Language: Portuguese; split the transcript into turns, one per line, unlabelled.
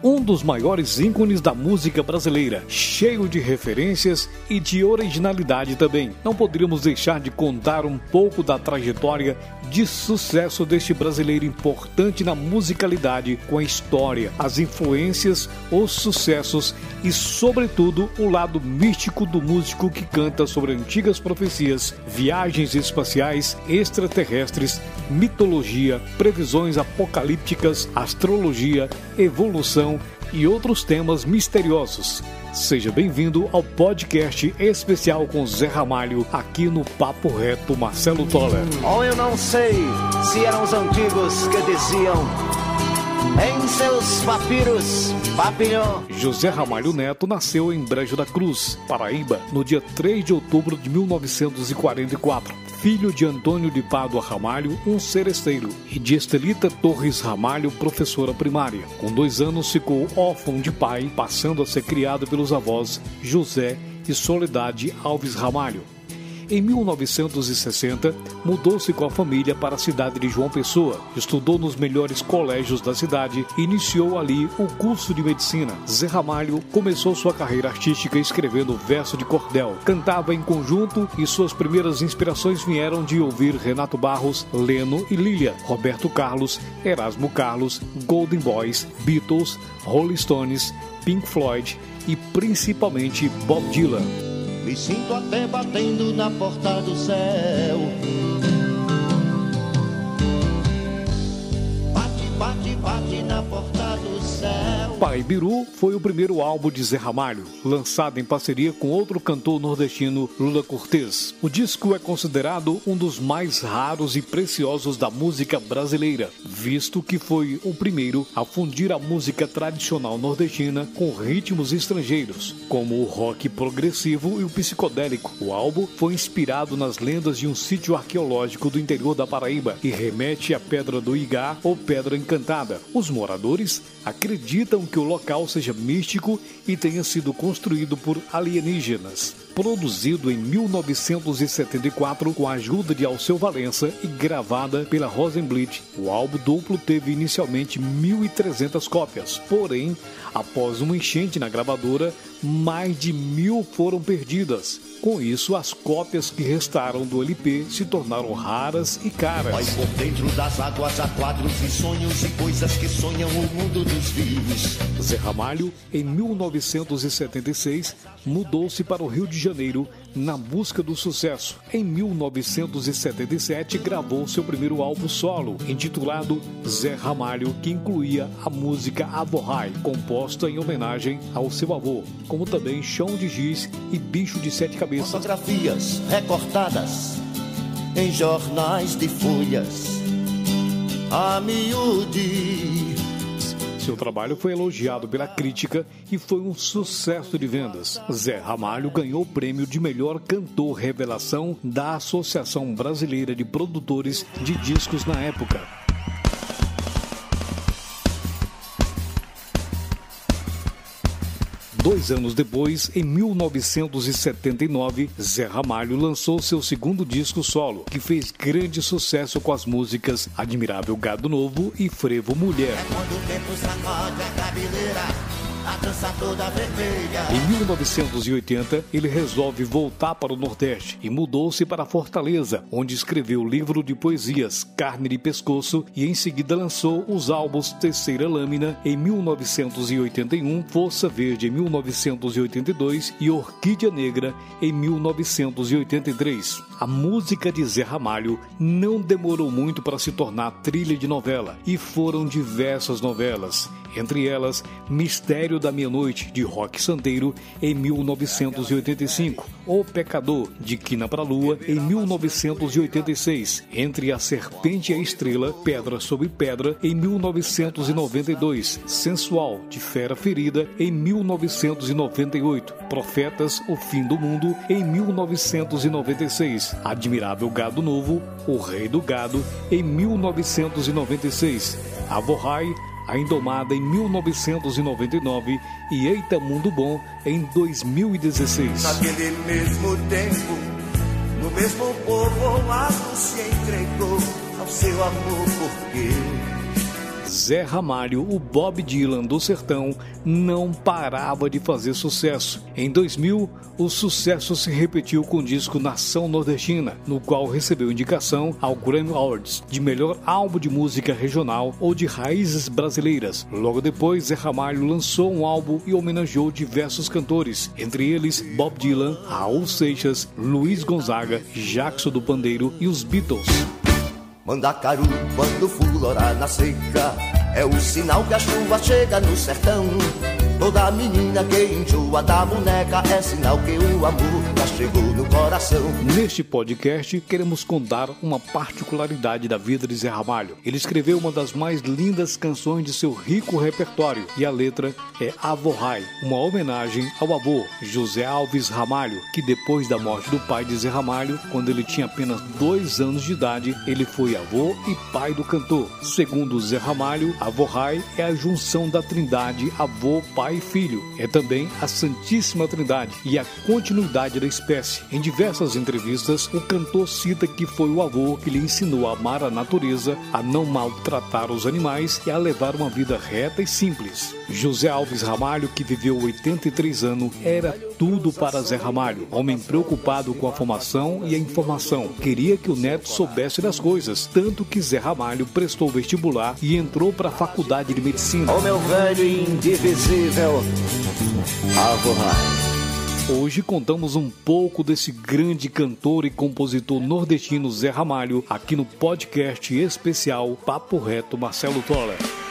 um dos maiores ícones da música brasileira, cheio de referências e de originalidade também. Não poderíamos deixar de contar um pouco da trajetória de sucesso deste brasileiro importante na musicalidade, com a história, as influências, os sucessos e, sobretudo, o lado místico do músico que canta sobre antigas profecias, viagens espaciais, extraterrestres, mitologia, previsões apocalípticas, astrologia, evolução e outros temas misteriosos. Seja bem-vindo ao podcast especial com Zé Ramalho, aqui no Papo Reto Marcelo Toller.
Eu não sei se eram os antigos que diziam em seus papiros, papilhão.
José Ramalho Neto nasceu em Brejo da Cruz, Paraíba, no dia 3 de outubro de 1944. Filho de Antônio de Pádua Ramalho, um seresteiro, e de Estelita Torres Ramalho, professora primária. Com 2 anos ficou órfão de pai, passando a ser criado pelos avós José e Soledade Alves Ramalho. Em 1960, mudou-se com a família para a cidade de João Pessoa. Estudou nos melhores colégios da cidade e iniciou ali o curso de medicina. Zé Ramalho começou sua carreira artística escrevendo verso de cordel. Cantava em conjunto e suas primeiras inspirações vieram de ouvir Renato Barros, Leno e Lília, Roberto Carlos, Erasmo Carlos, Golden Boys, Beatles, Rolling Stones, Pink Floyd e principalmente Bob Dylan.
Me sinto até batendo na porta do céu. Bate, bate, bate na porta do céu.
Pai Biru foi o primeiro álbum de Zé Ramalho, lançado em parceria com outro cantor nordestino, Lula Cortez. O disco é considerado um dos mais raros e preciosos da música brasileira, visto que foi o primeiro a fundir a música tradicional nordestina com ritmos estrangeiros, como o rock progressivo e o psicodélico. O álbum foi inspirado nas lendas de um sítio arqueológico do interior da Paraíba e remete à Pedra do Igá ou Pedra Encantada. Os moradores acreditam que o local seja místico e tenha sido construído por alienígenas. Produzido em 1974 com a ajuda de Alceu Valença e gravada pela Rosenblit, o álbum duplo teve inicialmente 1.300 cópias. Porém, após uma enchente na gravadora, mais de 1.000 foram perdidas. Com isso, as cópias que restaram do LP se tornaram raras e caras.
Vai por dentro das águas há quadros e sonhos e coisas que sonham o mundo dos vivos.
Zé Ramalho, em 1976, mudou-se para o Rio de Janeiro na busca do sucesso. Em 1977, gravou seu primeiro álbum solo, intitulado Zé Ramalho, que incluía a música Avorrai, composta em homenagem ao seu avô, como também Chão de Giz e Bicho de 7 Cabeças.
Fotografias recortadas em jornais de folhas a miúde.
Seu trabalho foi elogiado pela crítica e foi um sucesso de vendas. Zé Ramalho ganhou o prêmio de melhor cantor revelação da Associação Brasileira de Produtores de Discos na época. Dois anos depois, em 1979, Zé Ramalho lançou seu segundo disco solo, que fez grande sucesso com as músicas Admirável Gado Novo e Frevo Mulher.
É quando o tempo sacode a cabeleira, a dança toda vermelha.
Em 1980, ele resolve voltar para o Nordeste e mudou-se para Fortaleza, onde escreveu o livro de poesias Carne de Pescoço e em seguida lançou os álbuns Terceira Lâmina em 1981, Força Verde em 1982 e Orquídea Negra em 1983. A música de Zé Ramalho não demorou muito para se tornar trilha de novela e foram diversas novelas, entre elas Mistério da Meia-Noite, de Roque Santeiro, em 1985, O Pecador, de Quina pra Lua, em 1986, Entre a Serpente e a Estrela, Pedra sobre Pedra, em 1992, Sensual, de Fera Ferida, em 1998, Profetas, O Fim do Mundo, em 1996, Admirável Gado Novo, O Rei do Gado, em 1996, Avorrai, A Indomada em 1999 e Eita Mundo Bom em 2016.
Naquele mesmo tempo, no mesmo povoado se entregou ao seu amor, porque
Zé Ramalho, o Bob Dylan do sertão, não parava de fazer sucesso. Em 2000, o sucesso se repetiu com o disco Nação Nordestina, no qual recebeu indicação ao Grammy Awards de melhor álbum de música regional ou de raízes brasileiras. Logo depois, Zé Ramalho lançou um álbum e homenageou diversos cantores, entre eles Bob Dylan, Raul Seixas, Luiz Gonzaga, Jackson do Pandeiro e os Beatles.
Mandacaru, quando fulgora na seca, é o sinal que a chuva chega no sertão. Toda menina que enjoa da boneca é sinal que o amor já chegou no coração.
Neste podcast, queremos contar uma particularidade da vida de Zé Ramalho. Ele escreveu uma das mais lindas canções de seu rico repertório e a letra é Avô Rai, uma homenagem ao avô, José Alves Ramalho, que depois da morte do pai de Zé Ramalho, quando ele tinha apenas 2 anos de idade, ele foi avô e pai do cantor. Segundo Zé Ramalho, Avô Rai é a junção da trindade avô, pai e filho. É também a Santíssima Trindade e a continuidade da espécie. Em diversas entrevistas, o cantor cita que foi o avô que lhe ensinou a amar a natureza, a não maltratar os animais e a levar uma vida reta e simples. José Alves Ramalho, que viveu 83 anos, era tudo para Zé Ramalho. Homem preocupado com a formação e a informação. Queria que o neto soubesse das coisas, tanto que Zé Ramalho prestou vestibular e entrou para a faculdade de medicina.
O meu velho e indivisível Avô Rai.
Hoje contamos um pouco desse grande cantor e compositor nordestino Zé Ramalho aqui no podcast especial Papo Reto Marcelo Toller.